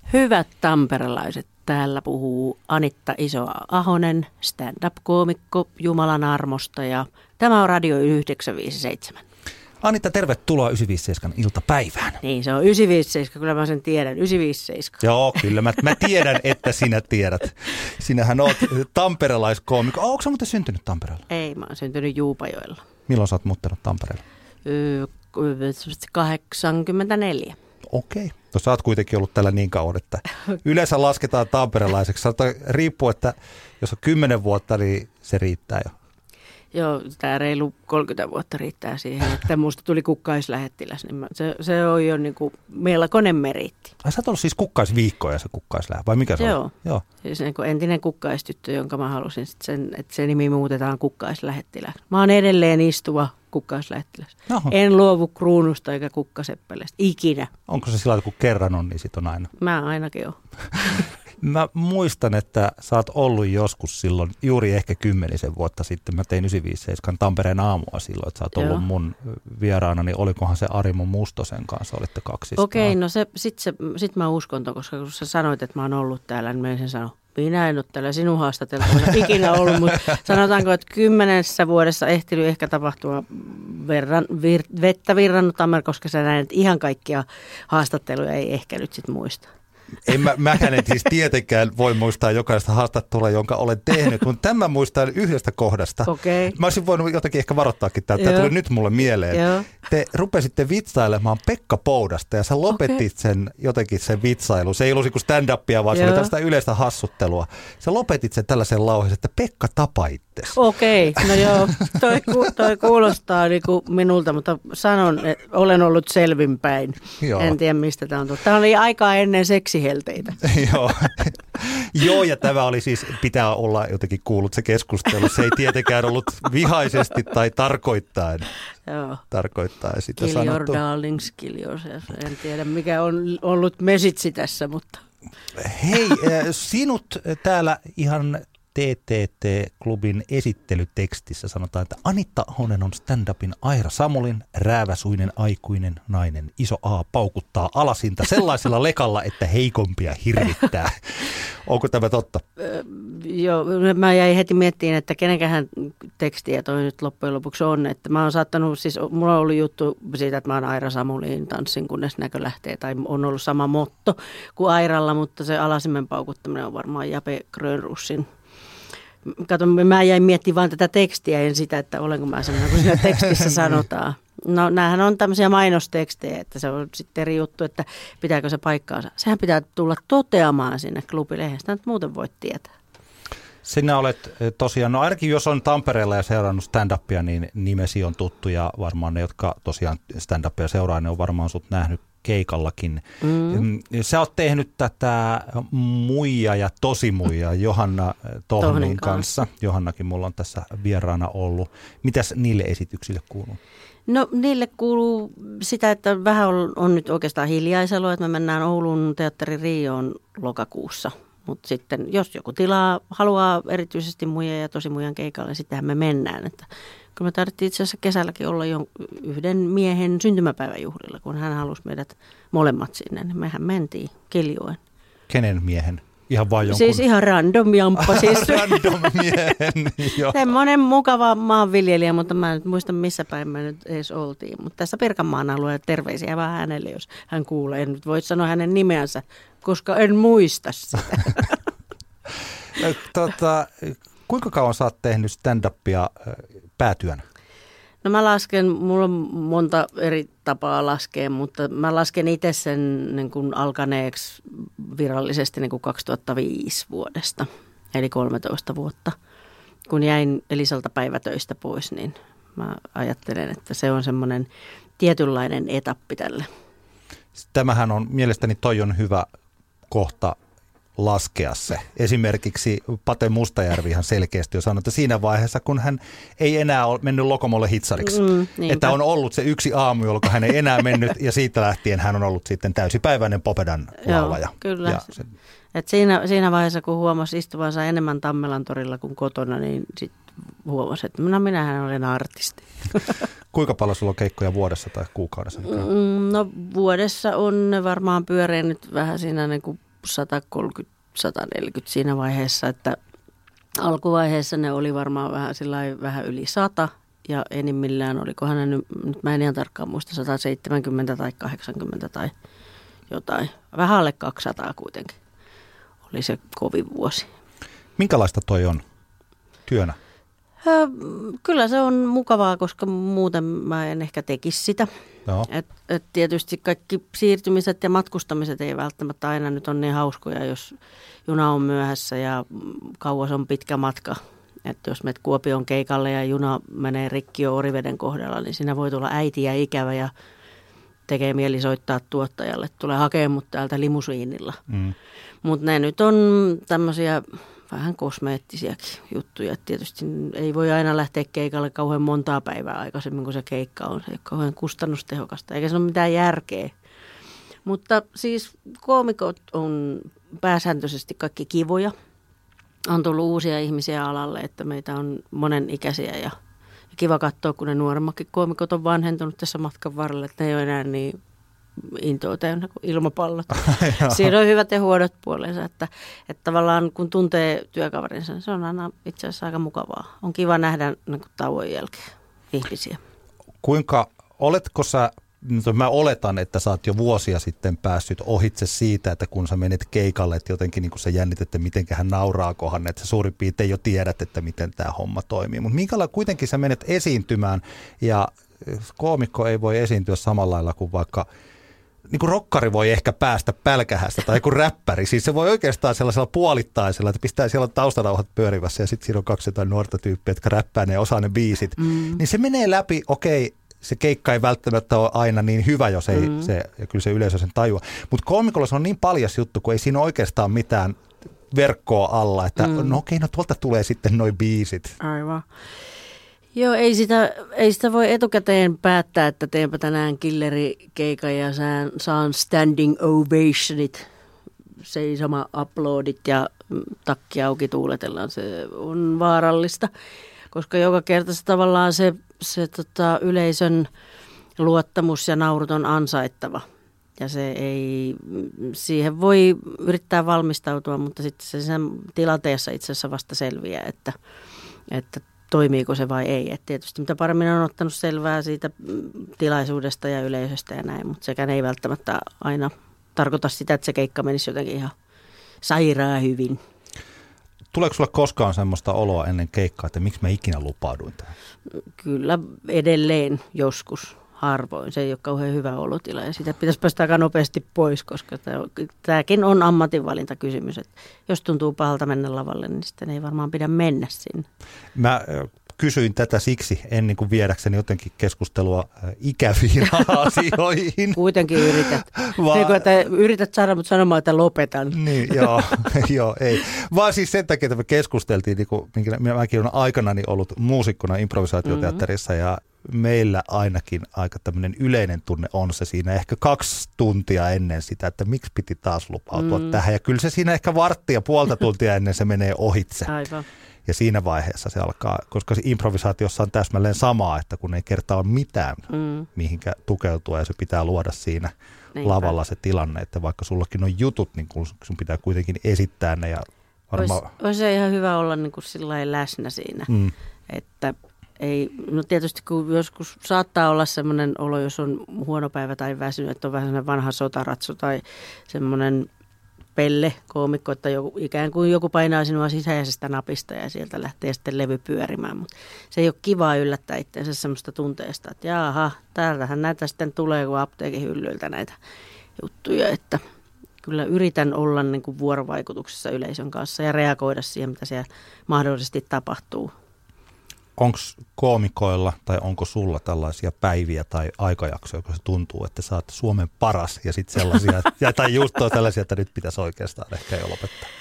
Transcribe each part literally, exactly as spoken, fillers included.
Hyvät tamperelaiset, täällä puhuu Anitta Iso-Ahonen, stand-up-koomikko Jumalan armosta ja tämä on Radio yhdeksänsataaviisikymmentäseitsemän. Anitta, tervetuloa yhdeksänsataaviisikymmentäseitsemän iltapäivään. Niin, se on yhdeksänsataaviisikymmentäseitsemän, kyllä mä sen tiedän, yhdeksänsataaviisikymmentäseitsemän. Joo, kyllä mä, mä tiedän, että sinä tiedät. Sinähän oot tamperelaiskoomikko. Oh, onko sä muuten syntynyt Tampereella? Ei, mä oon syntynyt Juupajoella. Milloin sä oot muuttanut Tampereella? Öö, kahdeksankymmentäneljä. Okei. No sä oot kuitenkin ollut täällä niin kauan, että yleensä lasketaan tamperelaiseksi. Sanotaan, riippuu, että jos on kymmenen vuotta, niin se riittää jo. Joo, tämä reilu kolmekymmentä vuotta riittää siihen, että musta tuli kukkaislähettiläs. Niin mä, se, se on jo niin kuin melkoinen meriitti. Ai sä oot ollut siis kukkaisviikkoja ja se kukkaislähettiläs, vai mikä se Joo. on? Joo. Siis niin kuin entinen kukkaistyttö, jonka mä halusin, sen, että se nimi muutetaan kukkaislähettiläs. Mä oon edelleen istuva kukkaislähettiläs. Oho. En luovu kruunusta eikä kukkaseppelestä. Ikinä. Onko se sillä tavalla, kun kerran on, niin sit on aina? Mä ainakin oon. Mä muistan, että sä oot ollut joskus silloin, juuri ehkä kymmenisen vuotta sitten, mä tein yhdeksänsataaviisikymmentäseitsemän Tampereen aamua silloin, että sä oot ollut Joo. mun vieraana, niin olikohan se Arimo Mustosen kanssa, olitte kaksistaan? Okei, no se, sit, se, sit mä uskon ton, koska kun sä sanoit, että mä oon ollut täällä, niin mä ensin sanon, minä en ole täällä sinun haastateltavana ikinä ollut, mutta sanotaanko, että kymmenessä vuodessa ehtinyt ehkä tapahtua verran, vir, vettä virrannut Tammer, koska sä näet, että ihan kaikkia haastatteluja ei ehkä nyt sit muista. En mä, mäkään en siis tietenkään voi muistaa jokaista haastattelua, jonka olen tehnyt, mutta tämän muistan yhdestä kohdasta. Okay. Mä olisin voinut jotakin ehkä varoittaakin, että tämä tuli nyt mulle mieleen. Joo. Te rupesitte vitsailemaan Pekka Poudasta ja sä lopetit okay. sen jotenkin sen vitsailu. Se ei ollut kuin stand-upia, vaan Joo. se oli tällaista yleistä hassuttelua. Sä lopetit sen tällaisen lauheen, että Pekka tapa itses. Okei, okay. No joo, toi, toi kuulostaa niinku minulta, mutta sanon, että olen ollut selvinpäin. Joo. En tiedä mistä tämä on tullut. Tämä oli aikaa ennen seksihelteitä. Joo. Joo, ja tämä oli siis, pitää olla jotenkin kuullut se keskustelu. Se ei tietenkään ollut vihaisesti tai tarkoittaen. Joo. Tarkoittaa sitä kill sanottu. Your darlings, kill yourself. En tiedä mikä on ollut mesitsi tässä, mutta. Hei, sinut täällä ihan T T T-klubin esittelytekstissä sanotaan, että Anitta Ahonen on stand-upin Aira Samulin, rääväsuinen aikuinen nainen. Iso A paukuttaa alasinta sellaisella lekalla, että heikompia hirvittää. Onko tämä totta? Öö, joo, mä jäin heti miettimään, että kenenkähän tekstiä toi nyt loppujen lopuksi on. Että mä oon saattanut, siis mulla on ollut juttu siitä, että mä oon Aira Samuliin tanssin, kunnes näkö lähtee. Tai on ollut sama motto kuin Airalla, mutta se alasimen paukuttaminen on varmaan Jape Grönrussin. Kato, mä jäin miettimään vaan tätä tekstiä, en sitä, että olenko mä sellainen, kun siinä tekstissä sanotaan. No näähän on tämmöisiä mainostekstejä, että se on sitten eri juttu, että pitääkö se paikkaansa. Sehän pitää tulla toteamaan sinne klubille, sitä nyt muuten voit tietää. Sinä olet tosiaan, no ainakin jos on Tampereella ja seurannut stand-upia, niin nimesi on tuttu ja varmaan ne, jotka tosiaan stand-upia seuraa, ne on varmaan sut nähnyt keikallakin. Mm. Sä oot tehnyt tätä muija ja tosimuija Johanna Tohnin kanssa. Johannakin mulla on tässä vieraana ollut. Mitäs niille esityksille kuuluu? No niille kuuluu sitä, että vähän on, on nyt oikeastaan hiljaiselo, että me mennään Oulun teatteri Rioon lokakuussa. Mutta sitten jos joku tilaa, haluaa erityisesti muija ja tosimuijan keikalle, sittenhän me mennään. Että kun me tarvittiin itse asiassa kesälläkin olla jo yhden miehen syntymäpäiväjuhlilla, kun hän halusi meidät molemmat sinne, niin mehän mentiin Kiljoen. Kenen miehen? Ihan vaan jonkun? Siis ihan random jamppa. Siis. Random miehen, joo. Semmoinen mukava maanviljelijä, mutta mä en nyt muista missä päin me nyt edes oltiin. Mutta tässä Pirkanmaan alueella terveisiä vaan hänelle, jos hän kuulee. En nyt voi sanoa hänen nimeänsä, koska en muista sitä. tota, kuinka kauan sä oot tehnyt stand-upia päätyönä? No mä lasken, mulla on monta eri tapaa laskea, mutta mä lasken itse sen niin kuin alkaneeksi virallisesti niin kuin kaksituhattaviisi vuodesta, eli kolmetoista vuotta. Kun jäin Elisalta päivätöistä pois, niin mä ajattelen, että se on semmoinen tietynlainen etappi tälle. Tämähän on, mielestäni toi on hyvä kohta laskea se. Esimerkiksi Pate Mustajärvi ihan selkeästi on sanonut, että siinä vaiheessa, kun hän ei enää ole mennyt Lokomolle hitsariksi, mm, että on ollut se yksi aamu, jolloin hän ei enää mennyt, ja siitä lähtien hän on ollut sitten täysipäiväinen Popedan laulaja. Joo, kyllä. Ja se... Et siinä, siinä vaiheessa, kun huomasi istuvansa enemmän Tammelan torilla kuin kotona, niin sitten huomasi, että no, minähän olen artisti. Kuinka paljon sulla on keikkoja vuodessa tai kuukaudessa? No vuodessa on ne varmaan pyöreä nyt vähän siinä niin kuin sata kolmekymmentä sata neljäkymmentä siinä vaiheessa, että alkuvaiheessa ne oli varmaan vähän, vähän yli sata ja enimmillään olikohan ne nyt, nyt mä en ihan tarkkaan muista, sata seitsemänkymmentä tai kahdeksankymmentä tai jotain. Vähän alle kaksisataa kuitenkin oli se kovin vuosi. Minkälaista toi on työnä? Kyllä se on mukavaa, koska muuten mä en ehkä tekisi sitä. Et, et tietysti kaikki siirtymiset ja matkustamiset ei välttämättä aina nyt ole niin hauskoja, jos juna on myöhässä ja kauas on pitkä matka. Että jos menet Kuopion keikalle ja juna menee rikki jo Oriveden kohdalla, niin siinä voi tulla äiti ja ikävä ja tekee mieli soittaa tuottajalle. Tulee hakemaan mut täältä limusiinilla. Mm. Mutta ne nyt on tämmöisiä vähän kosmeettisiakin juttuja. Tietysti ei voi aina lähteä keikalle kauhean montaa päivää aikaisemmin, kun se keikka on. Se ei ole kauhean kustannustehokasta, eikä se ole mitään järkeä. Mutta siis koomikot on pääsääntöisesti kaikki kivoja. On tullut uusia ihmisiä alalle, että meitä on monen ikäisiä ja kiva katsoa, kun ne nuoremmatkin koomikot on vanhentunut tässä matkan varrella, että ne ei ole enää niin intoa täynnä kuin ilmapallot. Siinä on hyvät ja huonot puolensa, että, että tavallaan kun tuntee työkaverinsa, niin se on aina itse asiassa aika mukavaa. On kiva nähdä niin kuin tauon jälkeen ihmisiä. Kuinka, oletko sä, mä oletan, että sä oot jo vuosia sitten päässyt ohitse siitä, että kun sä menet keikalle, että jotenkin niin kuin sä jännit, että mitenköhän nauraakohan, että sä suurin piirtein jo tiedät, että miten tämä homma toimii. Mutta minkälailla kuitenkin sä menet esiintymään ja koomikko ei voi esiintyä samalla lailla kuin vaikka niin kuin rokkari voi ehkä päästä pälkähästä tai joku räppäri. Siis se voi oikeastaan sellaisella puolittaisella, että pistää siellä taustanauhat pyörivässä ja sitten siinä on kaksi jotain nuorta tyyppiä, jotka räppää ne ja osaa ne biisit. Mm. Niin se menee läpi, okei, se keikka ei välttämättä ole aina niin hyvä, jos ei mm. se, ja kyllä se yleisö sen tajua. Mutta koomikolla se on niin paljas juttu, kun ei siinä oikeastaan mitään verkkoa alla, että mm. no okei, no tuolta tulee sitten noi biisit. Aivan. Joo, ei sitä, ei sitä voi etukäteen päättää, että teenpä tänään killerikeikan ja saan, saan standing ovationit, seisoma uploadit ja takki auki tuuletellaan. Se on vaarallista, koska joka kerta se tavallaan se, se tota, yleisön luottamus ja naurut on ansaittava. Ja se ei, siihen voi yrittää valmistautua, mutta sitten se sen tilanteessa itse asiassa vasta selviää, että, että toimiiko se vai ei. Et tietysti mitä paremmin on ottanut selvää siitä tilaisuudesta ja yleisöstä ja näin, mutta sekään ei välttämättä aina tarkoita sitä, että se keikka menisi jotenkin ihan sairaan hyvin. Tuleeko sulle koskaan semmoista oloa ennen keikkaa, että miksi mä ikinä lupauduin tähän? Kyllä edelleen joskus, harvoin. Se ei ole kauhean hyvä olotila ja sitä pitäisi päästä aika nopeasti pois, koska tämäkin on ammatinvalintakysymys. Että jos tuntuu pahalta mennä lavalle, niin sitten ei varmaan pidä mennä sinne. Mä kysyin tätä siksi ennen kuin viedäkseni jotenkin keskustelua ikäviin asioihin. Kuitenkin yrität. Va- niin kuin, että yrität saada mut sanomaan, että lopetan. Niin, joo, joo, ei. Vaan siis sen takia, että me keskusteltiin, niin kuin, mäkin olen aikanani ollut muusikkona improvisaatioteatterissa mm-hmm. ja meillä ainakin aika tämmöinen yleinen tunne on se siinä ehkä kaksi tuntia ennen sitä, että miksi piti taas lupautua mm. tähän. Ja kyllä se siinä ehkä varttia puolta tuntia ennen se menee ohitse. Aivan. Ja siinä vaiheessa se alkaa, koska se improvisaatiossa on täsmälleen samaa, että kun ei kertaa ole mitään, mm. mihinkä tukeutua ja se pitää luoda siinä Niinpä. lavalla se tilanne, että vaikka sullakin on jutut, niin sun pitää kuitenkin esittää ne. Ja varmaan Olisi, olisi ihan hyvä olla niin kuin sillain läsnä siinä, mm. että ei, no tietysti kun joskus saattaa olla semmoinen olo, jos on huono päivä tai väsynyt, että on vähän semmoinen vanha sotaratsu tai semmoinen pelle koomikko, että joku, ikään kuin joku painaa sinua sisäisestä napista ja sieltä lähtee sitten levy pyörimään. Mutta se ei ole kivaa yllättää itseänsä semmoista tunteesta, että jaha, täältähän näitä sitten tulee kuin apteekin hyllyltä näitä juttuja, että kyllä yritän olla niin kuin vuorovaikutuksessa yleisön kanssa ja reagoida siihen, mitä siellä mahdollisesti tapahtuu. Onko koomikoilla tai onko sulla tällaisia päiviä tai aikajaksoja, kun se tuntuu, että sä oot Suomen paras ja sitten sellaisia, ja, tai just tällaisia, että nyt pitäisi oikeastaan ehkä jo lopettaa?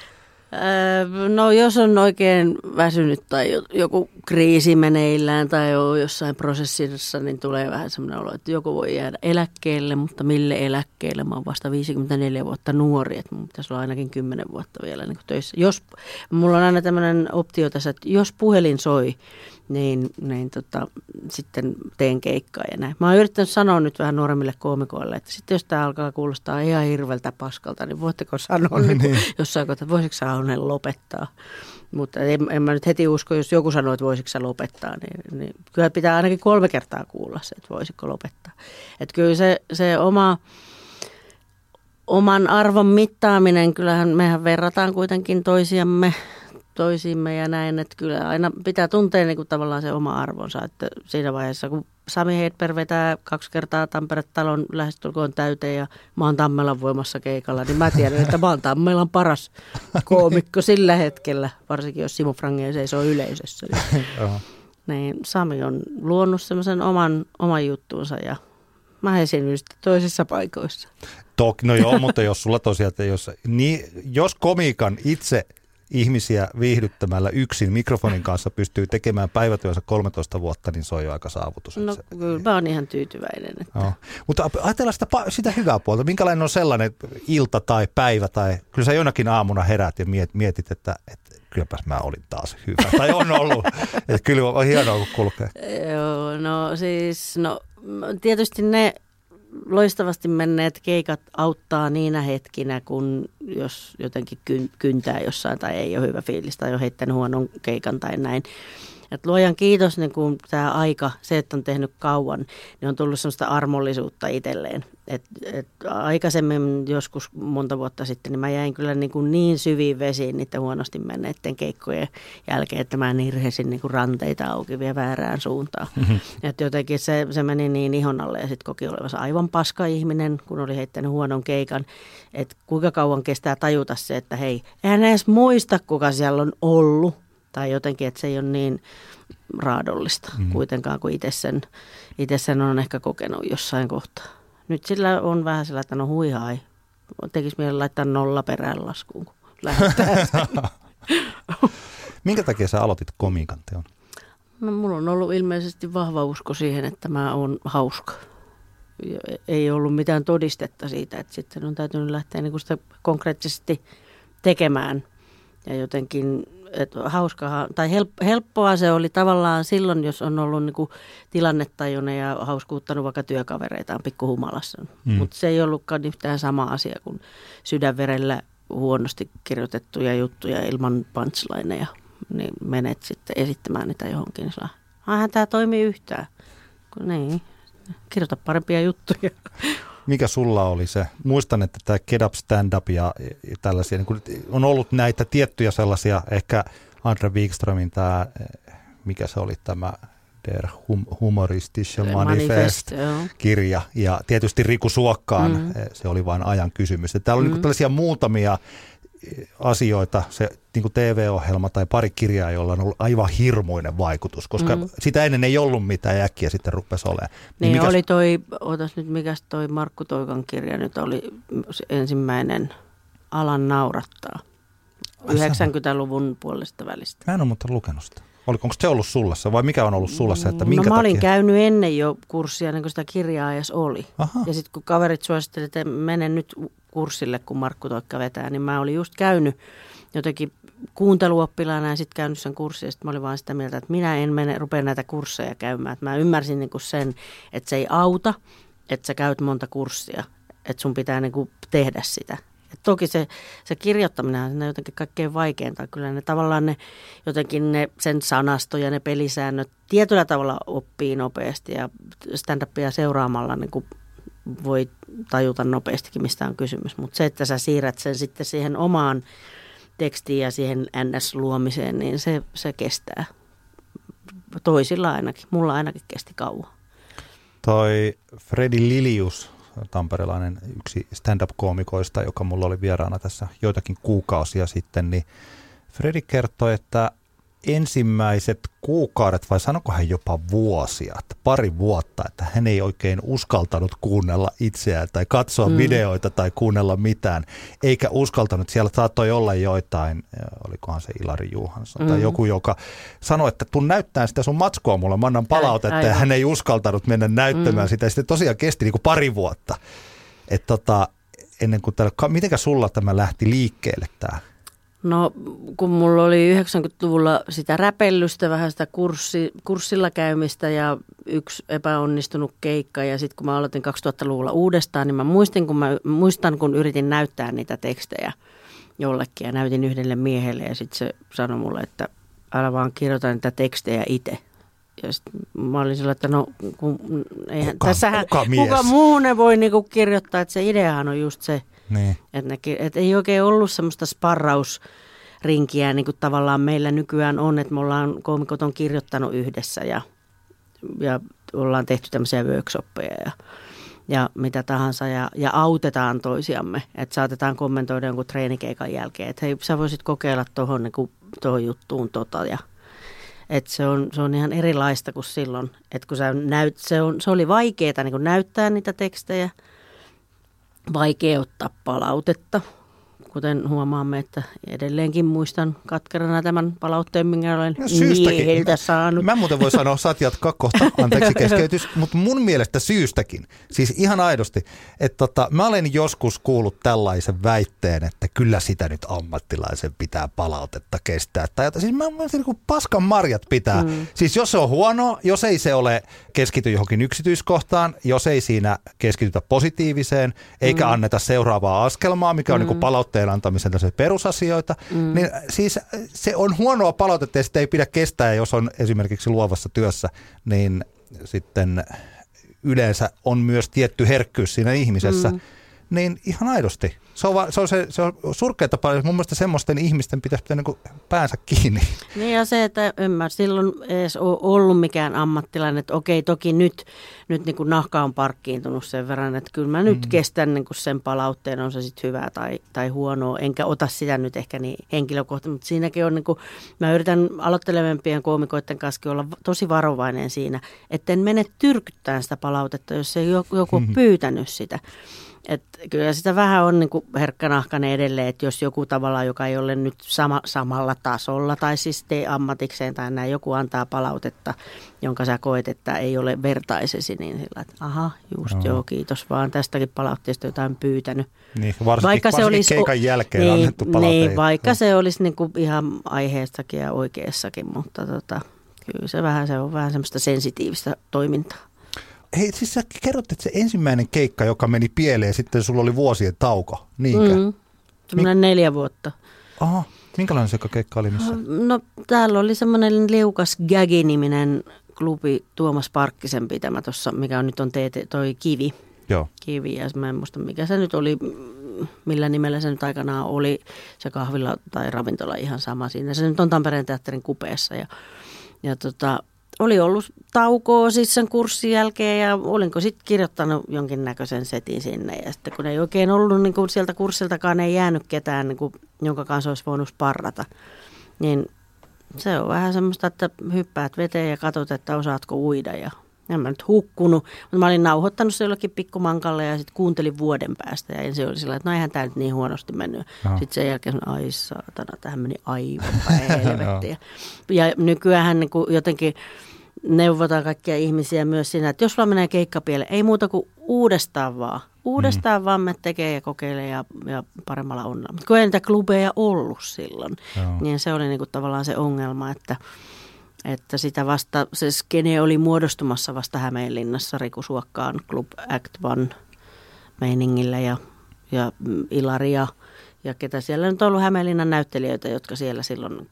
Öö, no jos on oikein väsynyt tai joku kriisi meneillään tai on jossain prosessissa, niin tulee vähän semmoinen olo, että joku voi jäädä eläkkeelle, mutta mille eläkkeelle? Mä oon vasta viisikymmentäneljä vuotta nuori, että mun pitäisi olla ainakin kymmenen vuotta vielä niin kuin töissä. Jos, mulla on aina tämmöinen optio tässä, että jos puhelin soi, niin, niin tota, sitten teen keikkaa ja näin. Mä oon yrittänyt sanoa nyt vähän nuoremmille koomikoille, että sitten jos tämä alkaa kuulostaa ihan hirveältä paskalta, niin voitteko sanoa niin kuin, jossain kohtaa, että voisitko sä Aunen lopettaa. Mutta en, en mä nyt heti usko, jos joku sanoo, että voisitko sä lopettaa, niin, niin kyllä pitää ainakin kolme kertaa kuulla se, että voisitko lopettaa. Että kyllä se, se oma, oman arvon mittaaminen, kyllähän mehän verrataan kuitenkin toisiamme, toisiimme ja näin, että kyllä aina pitää tuntea niin kuin tavallaan se oma arvonsa, että siinä vaiheessa kun Sami Hedberg vetää kaksi kertaa Tampere-talon lähestulkoon täyteen ja mä oon Tammelan voimassa keikalla, niin mä tiedän, että mä oon Tammelan paras koomikko sillä hetkellä, varsinkin jos Simo Frangén seisoo yleisössä. Niin Sami on luonut semmoisen oman, oman juttuunsa ja mä esiinnyin sitten toisissa paikoissa. Toki, no joo, mutta jos sulla tosiaan, että jos, niin, jos komiikan itse ihmisiä viihdyttämällä yksin mikrofonin kanssa pystyy tekemään päivätyönsä kolmetoista vuotta, niin se on jo aika saavutus. No se, kyllä mä oon ihan tyytyväinen. Että. No. Mutta ajatellaan sitä, sitä hyvää puolta. Minkälainen on sellainen ilta tai päivä, tai kyllä sä jonakin aamuna herät ja mietit, että, että kylläpäs mä olin taas hyvä. Tai on ollut. Että kyllä on hienoa, kun kulkee. Joo, no siis, no tietysti ne loistavasti menneet keikat auttaa niinä hetkinä, kun jos jotenkin kyntää jossain tai ei ole hyvä fiilis tai on heittänyt huonon keikan tai näin. Et luojan kiitos, niin kun tämä aika, se, että on tehnyt kauan, niin on tullut sellaista armollisuutta itselleen. Et, et aikaisemmin joskus monta vuotta sitten, niin mä jäin kyllä niin, kuin niin syviin vesiin niiden huonosti menneiden keikkojen jälkeen, että mä nirhesin niin kuin ranteita auki vielä väärään suuntaan. Mm-hmm. Et jotenkin se, se meni niin ihon alle ja sitten koki olevansa aivan paska ihminen, kun oli heittänyt huonon keikan. Että kuinka kauan kestää tajuta se, että hei, eihän edes muista, kuka siellä on ollut. Tai jotenkin, että se ei ole niin raadollista mm. kuitenkaan, kuin itse sen, itse sen on ehkä kokenut jossain kohtaa. Nyt sillä on vähän sillä, että no hui hai. Tekisi mieli laittaa nolla perään laskuun, kun lähdetään. Minkä takia sä aloitit komiikan teon? No mulla on ollut ilmeisesti vahva usko siihen, että mä oon hauska. Ei ollut mitään todistetta siitä, että sitten on täytynyt lähteä niin kuin sitä konkreettisesti tekemään ja jotenkin. Että hauskaa, tai helppoa se oli tavallaan silloin, jos on ollut niinku tilannetajuinen ja hauskuuttanut vaikka työkavereitaan pikkuhumalassa. Mm. Mutta se ei ollutkaan yhtään sama asia kuin sydänverellä huonosti kirjoitettuja juttuja ilman punchlineja. Niin menet sitten esittämään niitä johonkin. Niin aihän tämä toimii yhtään. Niin, kirjoita parempia juttuja. Mikä sulla oli se? Muistan, että tämä Get Up Stand Up ja tällaisia, niin kun on ollut näitä tiettyjä sellaisia, ehkä Andre Wikströmin tämä, mikä se oli tämä Der hum- Humoristische Manifest-kirja ja tietysti Riku Suokkaan, mm. se oli vain ajan kysymys. Ja täällä oli mm. niin tällaisia muutamia asioita, se niin kuin T V-ohjelma tai pari kirjaa, jolla on ollut aivan hirmuinen vaikutus, koska mm. sitä ennen ei ollut mitään äkkiä sitten rupesi olemaan. Niin, niin mikäs... oli toi, ootas nyt mikäs toi Markku Toikan kirja nyt oli ensimmäinen Alan naurattaa. yhdeksänkymmentäluvun puolesta välistä. Mä en ole mutta lukenut sitä. Onko se ollut sullassa vai mikä on ollut sullassa, että minkä no, mä olin takia? käynyt ennen jo kurssia, ennen kuin sitä kirjaa edes oli. Aha. Ja sitten kun kaverit suosittelivat, että mene nyt kurssille, kun Markku Toikka vetää, niin mä olin just käynyt jotenkin kuunteluoppilaana ja sitten käynyt sen kurssin. Ja sitten mä olin vaan sitä mieltä, että minä en mene, rupea näitä kursseja käymään. Että mä ymmärsin niin kuin sen, että se ei auta, että sä käyt monta kurssia, että sun pitää niin kuin tehdä sitä. Et toki se, se kirjoittaminen on jotenkin kaikkein vaikeinta. Kyllä ne tavallaan ne, jotenkin ne, sen sanasto ja ne pelisäännöt tietyllä tavalla oppii nopeasti ja stand-upia seuraamalla niin kuin voi tajuta nopeastikin, mistä on kysymys. Mutta se, että sä siirrät sen sitten siihen omaan tekstiin ja siihen N S-luomiseen, niin se, se kestää. Toisilla ainakin. Mulla ainakin kesti kauan. Toi Fredi Lilius, tamperelainen yksi stand-up-koomikoista, joka mulla oli vieraana tässä joitakin kuukausia sitten, niin Fredi kertoi, että ensimmäiset kuukaudet, vai sanoiko hän jopa vuosia, että pari vuotta, että hän ei oikein uskaltanut kuunnella itseään tai katsoa mm. videoita tai kuunnella mitään, eikä uskaltanut. Siellä saattoi olla joitain, olikohan se Ilari Johansson mm. tai joku, joka sanoi, että tun näyttää sitä sun matskoa mulle, mä annan palautetta, ja hän ei uskaltanut mennä näyttämään mm. sitä. Ja sitten tosiaan kesti niin kuin pari vuotta. Että tota, ennen kuin tällä, mitenkä sulla tämä lähti liikkeelle tämä? No kun mulla oli yhdeksänkymmentäluvulla sitä räpellystä, vähän sitä kurssi, kurssilla käymistä ja yksi epäonnistunut keikka ja sitten kun mä aloitin kaksituhattaluvulla uudestaan, niin mä muistin, kun, mä, muistan, kun yritin näyttää niitä tekstejä jollekin ja näytin yhdelle miehelle ja sitten se sanoi mulle, että älä vaan kirjoita niitä tekstejä itse. Ja sitten mä olin sillä, että no kun, eihän, kuka, tässähän kuka, kuka muu ne voi niinku kirjoittaa, että se ideahan on just se, niin. että, ne, että ei oikein ollut semmoista sparrausrinkiä niin kuin tavallaan meillä nykyään on, että me ollaan, koomikot on kirjoittanut yhdessä ja, ja ollaan tehty tämmöisiä workshoppeja ja, ja mitä tahansa ja, ja autetaan toisiamme, että saatetaan kommentoida jonkun treenikeikan jälkeen, että hei sä voisit kokeilla tuohon niin tuohon juttuun tota ja että se on, se on ihan erilaista kuin silloin, että kun sä näyt, se, on, se oli vaikeaa niin kuin näyttää niitä tekstejä, vaikea ottaa palautetta, kuten huomaamme, että edelleenkin muistan katkerana tämän palautteen, minkä olen no, miehiltä saanut. Mä muuten voi sanoa, saat jatkaa kohta, anteeksi keskeytys, mutta mun mielestä syystäkin, siis ihan aidosti, että tota, mä olen joskus kuullut tällaisen väitteen, että kyllä sitä nyt ammattilaisen pitää palautetta kestää. Tai, siis mä mielestäni niin paskan marjat pitää. Mm. Siis jos se on huono, jos ei se ole keskity johonkin yksityiskohtaan, jos ei siinä keskitytä positiiviseen, eikä mm. anneta seuraavaa askelmaa, mikä on mm. niin kuin palautteen antamisen perusasioita, mm. niin siis se on huonoa palautetta ja sitä ei pidä kestää, jos on esimerkiksi luovassa työssä, niin sitten yleensä on myös tietty herkkyys siinä ihmisessä, mm. niin ihan aidosti. Se on, va, se on, se, se on surkeata paljon. Mun mielestä semmoisten ihmisten pitäisi pitää niin päänsä kiinni. Niin ja se, että en mä silloin edes ole ollut mikään ammattilainen, että okei toki nyt, nyt niin kuin nahka on parkkiintunut sen verran, että kyllä mä nyt mm. kestän niin kuin sen palautteen, on se sitten hyvää tai, tai huonoa, enkä ota sitä nyt ehkä niin henkilökohtaisesti, mutta siinäkin on niin kuin, mä yritän aloittelevempien koomikoiden kanssa olla tosi varovainen siinä, etten mene tyrkyttämään sitä palautetta, jos ei joku ole mm-hmm. pyytänyt sitä. Että kyllä sitä vähän on niin kuin herkkänahkainen edelleen, että jos joku tavallaan, joka ei ole nyt sama, samalla tasolla tai siis tee ammatikseen tai näin, joku antaa palautetta, jonka sä koet, että ei ole vertaisesi, niin sillä että aha, just no. joo, kiitos vaan tästäkin palautteesta jotain pyytänyt. Niin, varsinkin, vaikka se olisi, keikan jälkeen niin, annettu palautteita. Niin, vaikka se olisi niin kuin ihan aiheessakin ja oikeassakin, mutta tota, kyllä se vähän, se on vähän semmoista sensitiivistä toimintaa. Hei, siis sä kerrot, että se ensimmäinen keikka, joka meni pieleen, sitten sulla oli vuosien tauko, niinkö? Mm, semmoinen Mik... neljä vuotta. Aha, minkälainen se keikka oli missä? No täällä oli semmoinen Liukas Gagi-niminen klubi Tuomas Parkkisen pitämä tuossa, mikä on nyt on teete, toi Kivi. Joo. Kivi, ja mä en muista mikä se nyt oli, millä nimellä se nyt aikanaan oli, se kahvila tai ravintola ihan sama siinä. Se nyt on Tampereen teatterin kupeessa ja, ja tota... Oli ollut taukoa siis sen kurssin jälkeen ja olinko sitten kirjoittanut jonkinnäköisen setin sinne. Ja sitten kun ei oikein ollut, niin kuin sieltä kurssiltakaan ei jäänyt ketään, niin kuin, jonka kanssa olisi voinut sparrata. Niin se on vähän semmoista, että hyppäät veteen ja katsot, että osaatko uida. Ja en mä nyt hukkunut, mutta mä olin nauhoittanut se jollekin pikkumankalle ja sitten kuuntelin vuoden päästä. Ja ensin oli sillä, että no eihän tämä nyt niin huonosti mennyt. No. Sitten sen jälkeen ai saatana, tähän meni aivan helvettiä. Ja nykyäänhän niin kuin jotenkin... neuvotaan kaikkia ihmisiä myös siinä, että jos sulla menee keikkapieleen, ei muuta kuin uudestaan vaan. Uudestaan mm. vaan me tekee ja kokeilee ja, ja paremmalla onnella. Mutta kun ei niitä klubeja ollut silloin, Joo. niin se oli niinku tavallaan se ongelma, että, että sitä vasta, se skene oli muodostumassa vasta Hämeenlinnassa Riku Suokkaan Club Act One meiningillä ja, ja Ilari ja, ja ketä siellä nyt on ollut Hämeenlinnan näyttelijöitä, jotka siellä silloin... Niinku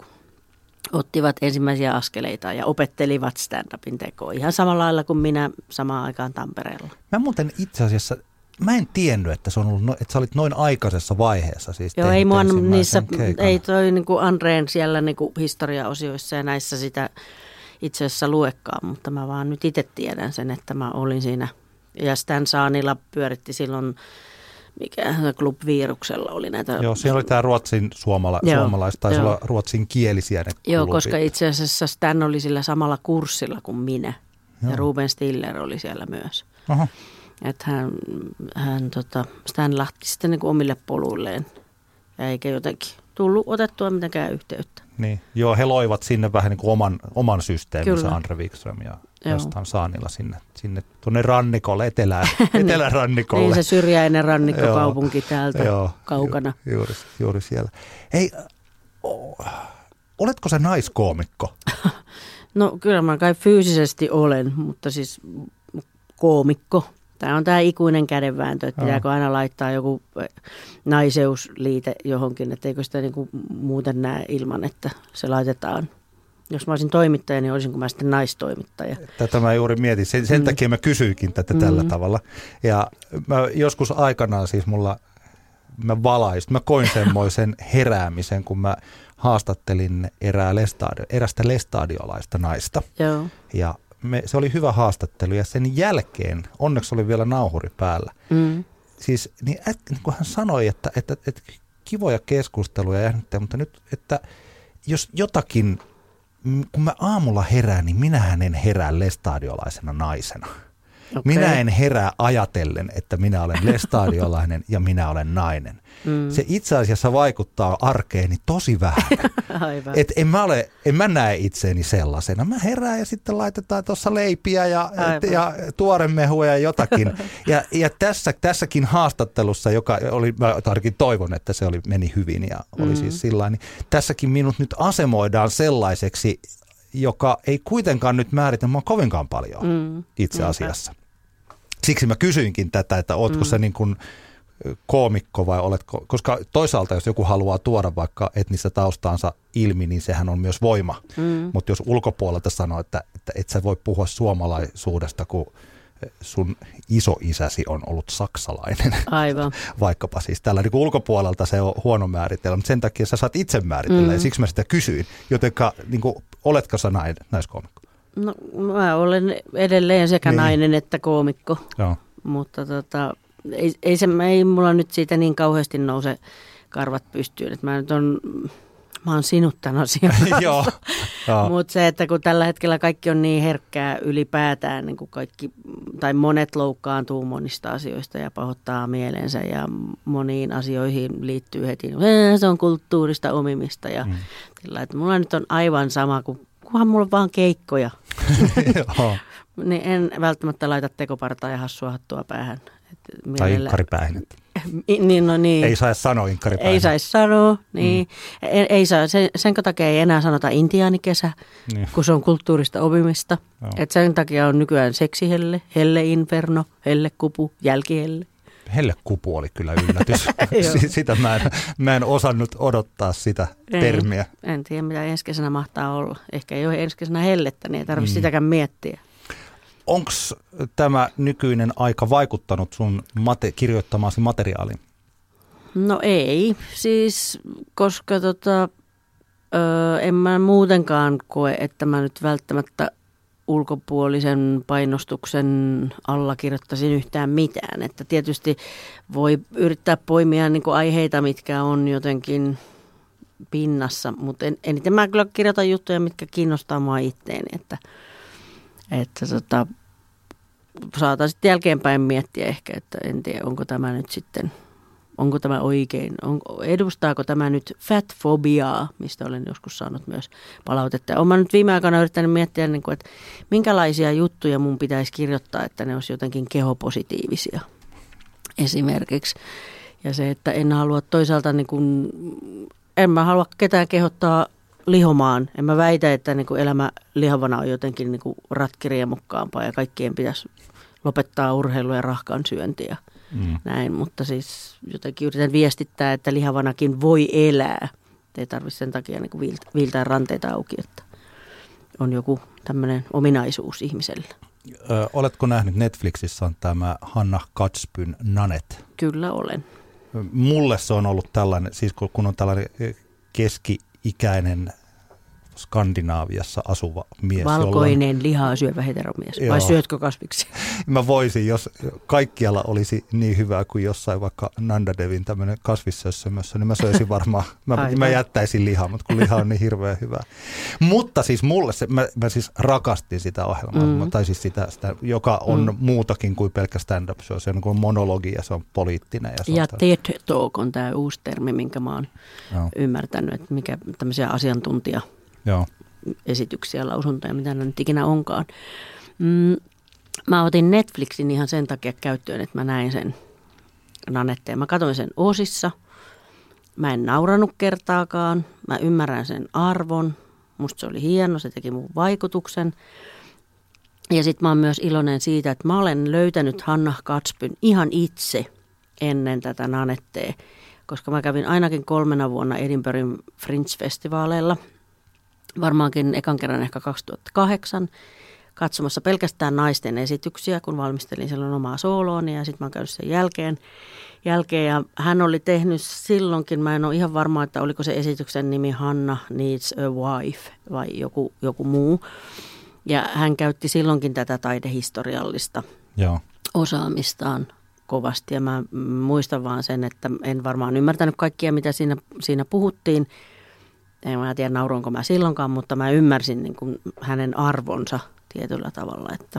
ottivat ensimmäisiä askeleita ja opettelivat stand-upin tekoa ihan samalla lailla kuin minä samaan aikaan Tampereella. Mä muuten itse asiassa, mä en tiennyt, että, se on ollut, että sä olit noin aikaisessa vaiheessa. Siis Joo, ei mua niissä, keikan. Ei toi niin kuin Andreen siellä niin kuin historiaosioissa ja näissä sitä itse asiassa luekaan, mutta mä vaan nyt itse tiedän sen, että mä olin siinä. Ja Stan Saanila pyöritti silloin... mikä Club Viruksella oli näitä. Joo, siinä oli tämä ruotsin suomala, joo, suomalais, taisi olla ruotsin kielisiä ne Joo, klubit. koska itse asiassa Stan oli sillä samalla kurssilla kuin minä. Joo. Ja Ruben Stiller oli siellä myös. Aha. Että hän, hän tota, Stan lähti sitten niin kuin omille poluilleen, eikä jotenkin tullut otettua mitenkään yhteyttä. Niin, joo, he loivat sinne vähän niin kuin oman, oman systeeminsä, Andre Wikström ja Stan Saanila sinne, sinne tuonne rannikolle, etelään, etelärannikolle. Niin se syrjäinen rannikkokaupunki täältä joo, kaukana. Ju, juuri, juuri siellä. Hei, oletko sä naiskoomikko? No kyllä mä kai fyysisesti olen, mutta siis koomikko. Tämä on tämä ikuinen kädenvääntö, että pitääkö aina laittaa joku naiseusliite johonkin, että eikö sitä niinku muuten näe ilman, että se laitetaan. Jos mä olisin toimittaja, niin olisinko mä sitten naistoimittaja. Tätä mä juuri mietin. Sen, sen mm. takia mä kysyinkin tätä mm. tällä tavalla. Ja mä joskus aikanaan siis mulla, mä valaisin, mä koin semmoisen heräämisen, kun mä haastattelin erää lestadio, erästä lestadiolaista naista. Joo. Ja me, se oli hyvä haastattelu ja sen jälkeen, onneksi oli vielä nauhuri päällä. Mm. Siis niin, et, niin kun hän sanoi, että, että, että, että kivoja keskusteluja, mutta nyt, että jos jotakin, kun mä aamulla herään, niin minähän en herää lestadiolaisena naisena. Okay. Minä en herää ajatellen, että minä olen lestadiolainen ja minä olen nainen. Mm. Se itse asiassa vaikuttaa arkeeni tosi vähän. Et en, mä ole, en mä näe itseäni sellaisena. Mä herään ja sitten laitetaan tuossa leipiä ja, ja tuoremehua ja jotakin. Ja, ja tässä, tässäkin haastattelussa, joka oli, mä ainakin toivon, että se oli, meni hyvin ja oli mm. siis sillain, niin tässäkin minut nyt asemoidaan sellaiseksi, joka ei kuitenkaan nyt määritä mua kovinkaan paljon mm. itse asiassa. Siksi mä kysyinkin tätä, että ootko mm. se niin kuin koomikko vai oletko, koska toisaalta jos joku haluaa tuoda vaikka etnistä taustaansa ilmi, niin sehän on myös voima. Mm. Mutta jos ulkopuolelta sanoo, että, että et sä voi puhua suomalaisuudesta, kun sun isoisäsi on ollut saksalainen. Aivan. Vaikkapa siis tällä niin ulkopuolelta se on huono määritellä, mutta sen takia sä saat itse määritellä mm. ja siksi mä sitä kysyin. Jotenka niin kuin, oletko sä nais, naiskoomikko? No mä olen edelleen sekä niin. nainen että koomikko, Joo. mutta tota, ei, ei, se, ei mulla nyt siitä niin kauheasti nouse karvat pystyyn, että mä nyt on, mä oon sinut tämän asian Joo. Mutta se, että kun tällä hetkellä kaikki on niin herkkää ylipäätään, niin kuin kaikki, tai monet loukkaantuu monista asioista ja pahoittaa mielensä ja moniin asioihin liittyy heti, se on kulttuurista omimista ja mm. sillä, että mulla nyt on aivan sama kuin kunhan mulla on vaan keikkoja, niin en välttämättä laita tekopartaa ja hassua hattua päähän. Mielellä... Tai inkkaripäähän. Niin, no niin. Ei saisi sanoa inkkaripäähän. Ei saisi sanoa, niin. Mm. Ei, ei saa, sen, sen takia ei enää sanota intiaanikesä, niin. kun se on kulttuurista opimista. Et sen takia on nykyään seksihelle, helleinferno, hellekupu, jälkihelle. Hellekupu oli kyllä yllätys. Sitä mä en, mä en osannut odottaa sitä ei, termiä. En tiedä, mitä ensi kesänä mahtaa olla. Ehkä ei ole ensi kesänä hellettä, niin ei tarvitse mm. sitäkään miettiä. Onko tämä nykyinen aika vaikuttanut sun mate- kirjoittamasi materiaaliin? No ei, siis koska tota, ö, en mä muutenkaan koe, että mä nyt välttämättä ulkopuolisen painostuksen alla kirjoittaisin yhtään mitään. Että tietysti voi yrittää poimia niin kuin aiheita, mitkä on jotenkin pinnassa, mutta en, eniten mä kyllä kirjoitan juttuja, mitkä kiinnostaa mua itteeni, että, että tota, saatan sitten jälkeenpäin miettiä ehkä, että en tiedä, onko tämä nyt sitten, onko tämä oikein, on, edustaako tämä nyt fatfobiaa, mistä olen joskus saanut myös palautetta. Ja olen nyt viime aikoina yrittänyt miettiä, niin kuin, että minkälaisia juttuja mun pitäisi kirjoittaa, että ne olisi jotenkin kehopositiivisia esimerkiksi. Ja se, että en halua toisaalta, niin kuin, en mä halua ketään kehottaa lihomaan. En mä väitä, että niin kuin elämä lihavana on jotenkin niin kuin ratkiriemukkaampaa ja kaikkien pitäisi lopettaa urheilu ja rahkan syöntiä. Mm. Näin, mutta siis jotenkin yritän viestittää, että lihavanakin voi elää. Ei tarvitse sen takia niin kuin viiltää ranteita auki, että on joku tämmöinen ominaisuus ihmisellä. Ö, oletko nähnyt Netflixissä on tämä Hanna Katspyn Nanet? Kyllä olen. Mulle se on ollut tällainen, siis kun on tällainen keski-ikäinen Skandinaaviassa asuva mies. Valkoinen jolla... lihaa syövä heteromies. Joo. Vai syötkö kasviksi? Mä voisin, jos kaikkialla olisi niin hyvää kuin jossain vaikka Nandadevin tämmöinen kasvissössömössä, niin mä söisin varmaan, mä, mä jättäisin lihaa, mutta kun liha on niin hirveän hyvää. Mutta siis mulle, se, mä, mä siis rakastin sitä ohjelmaa, mm. tai siis sitä, sitä joka on mm. muutakin kuin pelkkä stand-up show. Se on niin monologi ja se on poliittinen. Ja, ja TED Talk on tämä uusi termi, minkä mä oon Joo. ymmärtänyt, että mikä tämmöisiä asiantuntija Joo. esityksiä, lausuntoja, mitä ne nyt ikinä onkaan. Mm, mä otin Netflixin ihan sen takia käyttöön, että mä näin sen Nanetteen. Mä katsoin sen osissa mä en nauranut kertaakaan, mä ymmärrän sen arvon, musta se oli hieno, se teki mun vaikutuksen. Ja sitten mä oon myös iloinen siitä, että mä olen löytänyt Hanna Gadsbyn ihan itse ennen tätä Nanettea, koska mä kävin ainakin kolmena vuonna Edinburghin Fringe-festivaaleilla, varmaankin ekan kerran ehkä kaksituhattakahdeksan, katsomassa pelkästään naisten esityksiä, kun valmistelin silloin omaa sooloonia ja sitten mä oon käynyt sen jälkeen. jälkeen. Ja hän oli tehnyt silloinkin, mä en ole ihan varma, että oliko se esityksen nimi Hanna Needs a Wife vai joku, joku muu. Ja hän käytti silloinkin tätä taidehistoriallista Joo. osaamistaan kovasti. Ja mä muistan vaan sen, että en varmaan ymmärtänyt kaikkia, mitä siinä, siinä puhuttiin. En mä tiedä, nauroinko mä silloinkaan, mutta mä ymmärsin niin kuin hänen arvonsa tietyllä tavalla, että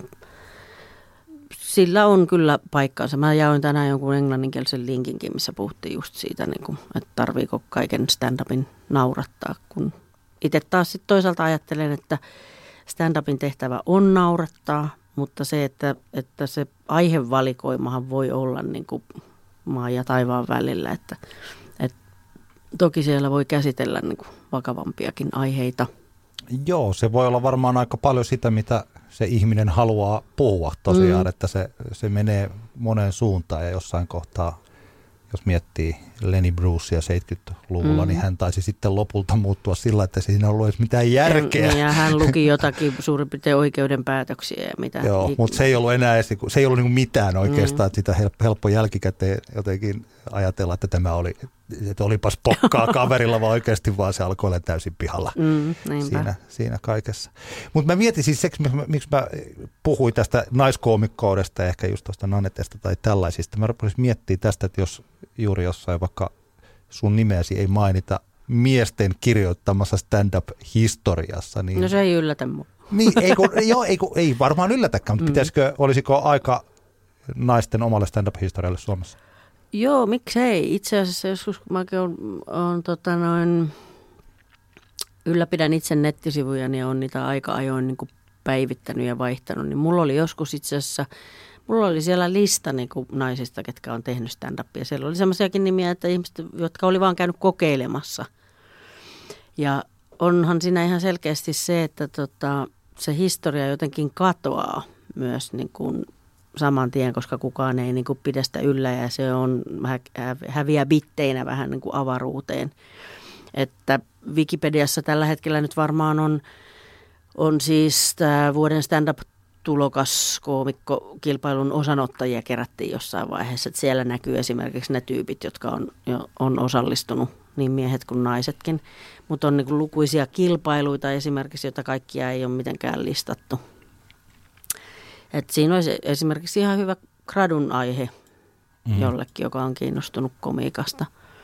sillä on kyllä paikkaansa. Mä jaoin tänään jonkun englanninkielisen linkinkin, missä puhuttiin just siitä, niin kuin, että tarviiko kaiken stand-upin naurattaa, kun itse taas sit toisaalta ajattelen, että stand-upin tehtävä on naurattaa, mutta se, että, että se aihevalikoimahan voi olla niin kuin maan ja taivaan välillä, että, että toki siellä voi käsitellä niin kuin vakavampiakin aiheita. Joo, se voi olla varmaan aika paljon sitä, mitä se ihminen haluaa puhua tosiaan, mm. että se, se menee moneen suuntaan ja jossain kohtaa, jos miettii Lenny Brucea seitsemänkymmentäluvulla, mm. niin hän taisi sitten lopulta muuttua sillä, että siinä ei ollut edes mitään järkeä. Ja, ja hän luki jotakin suurin piirtein oikeudenpäätöksiä ja mitä. Joo, mutta se ei ollut enää edes, se ei ollut niin mitään oikeastaan, mm. että sitä helppo jälkikäteen jotenkin ajatella, että tämä oli, että olipas pokkaa kaverilla, vaan oikeasti vaan se alkoi olla täysin pihalla mm, siinä, siinä kaikessa. Mutta mä mietin siis, seks, miksi mä puhuin tästä naiskoomikkoudesta ja ehkä just tuosta Nanetesta tai tällaisista. Mä rupesin miettimään tästä, että jos juuri jossain vaikka sun nimeäsi ei mainita miesten kirjoittamassa stand-up-historiassa. Niin no se ei yllätä mua. Niin, ei, kun, joo, ei, kun, ei varmaan yllätäkään, mutta mm. pitäisikö, olisiko aika naisten omalle stand-up-historialle Suomessa? Joo, miksei. Itse asiassa joskus, kun mäkin olen, olen tota noin, ylläpidän itse nettisivuja, niin olen niitä aika ajoin niin kuin päivittänyt ja vaihtanut. Niin mulla oli joskus itse asiassa, mulla oli siellä lista niin kuin naisista, ketkä on tehnyt stand-upia. Siellä oli sellaisiakin nimiä, että ihmiset, jotka oli vaan käynyt kokeilemassa. Ja onhan siinä ihan selkeästi se, että tota, se historia jotenkin katoaa myös niin kuin saman tien, koska kukaan ei niin kuin pidä sitä yllä ja se on häviää bitteinä vähän niin kuin avaruuteen. Että Wikipediassa tällä hetkellä nyt varmaan on, on siis tämä vuoden stand-up-tulokas koomikkokilpailun osanottajia kerättiin jossain vaiheessa. Että siellä näkyy esimerkiksi ne tyypit, jotka on, on osallistunut, niin miehet kuin naisetkin. Mutta on niin kuin lukuisia kilpailuita esimerkiksi, joita kaikkia ei ole mitenkään listattu. Et siinä olisi esimerkiksi ihan hyvä gradun aihe mm. jollekin, joka on kiinnostunut komiikasta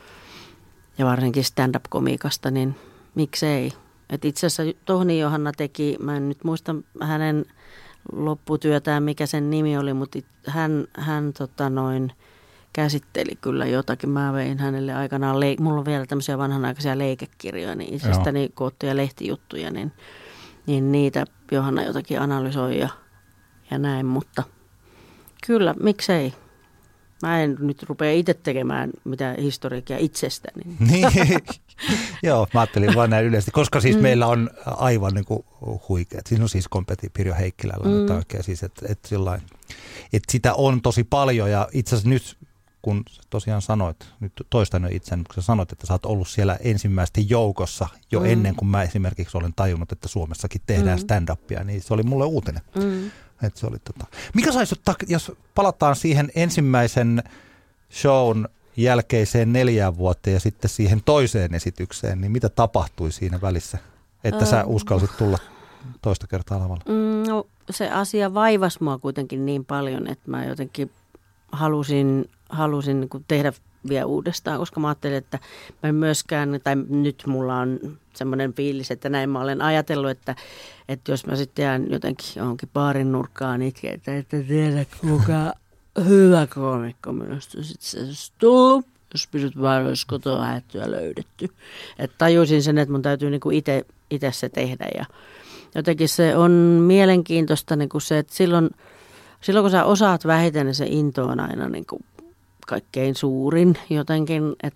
ja varsinkin stand-up-komiikasta, niin miksei. Et itse asiassa Tohni Johanna teki, mä en nyt muista hänen lopputyötään, mikä sen nimi oli, mutta hän, hän tota noin, käsitteli kyllä jotakin. Mä vein hänelle aikanaan, leik- mulla on vielä tämmöisiä vanhanaikaisia leikekirjoja, niin itsestäni koottuja lehtijuttuja, niin, niin niitä Johanna jotakin analysoi ja ja näin, mutta kyllä, miksei. Mä en nyt rupea itse tekemään mitään historiikkia itsestäni. Niin, joo, mä ajattelin vaan näin yleisesti, koska siis mm. meillä on aivan niin kuin huikeat. Siinä on siis kompeti Pirjo Heikkilällä, mm. oikein siis, että, että, sillain, että sitä on tosi paljon ja itse asiassa nyt, kun tosiaan sanoit, nyt toistan itseäni, kun sä sanoit, että sä oot ollut siellä ensimmäisten joukossa jo mm. ennen kuin mä esimerkiksi olen tajunnut, että Suomessakin tehdään mm. stand-upia, niin se oli mulle uutinen. Mm. Että se oli tota. Mikä saisi, jos palataan siihen ensimmäisen shown jälkeiseen neljään vuoteen ja sitten siihen toiseen esitykseen, niin mitä tapahtui siinä välissä, että sä uskalsit tulla toista kertaa lavalle? No, se asia vaivasi mua kuitenkin niin paljon, että mä jotenkin halusin, halusin niin kuin tehdä vielä uudestaan, koska mä ajattelin, että mä en myöskään, tai nyt mulla on semmoinen fiilis, että näin mä olen ajatellut, että, että jos mä sitten jään jotenkin johonkin baarin nurkkaan itkeä, että ette tiedä kuka hyvä koomikko minusta sitten se tullut, jos pysyt vaan olisi kotoa haettu ja löydetty. Että tajusin sen, että mun täytyy niinku itse, itse se tehdä ja jotenkin se on mielenkiintoista niinku se, että silloin, silloin kun sä osaat vähiten, niin se into on aina niinku kaikkein suurin jotenkin, että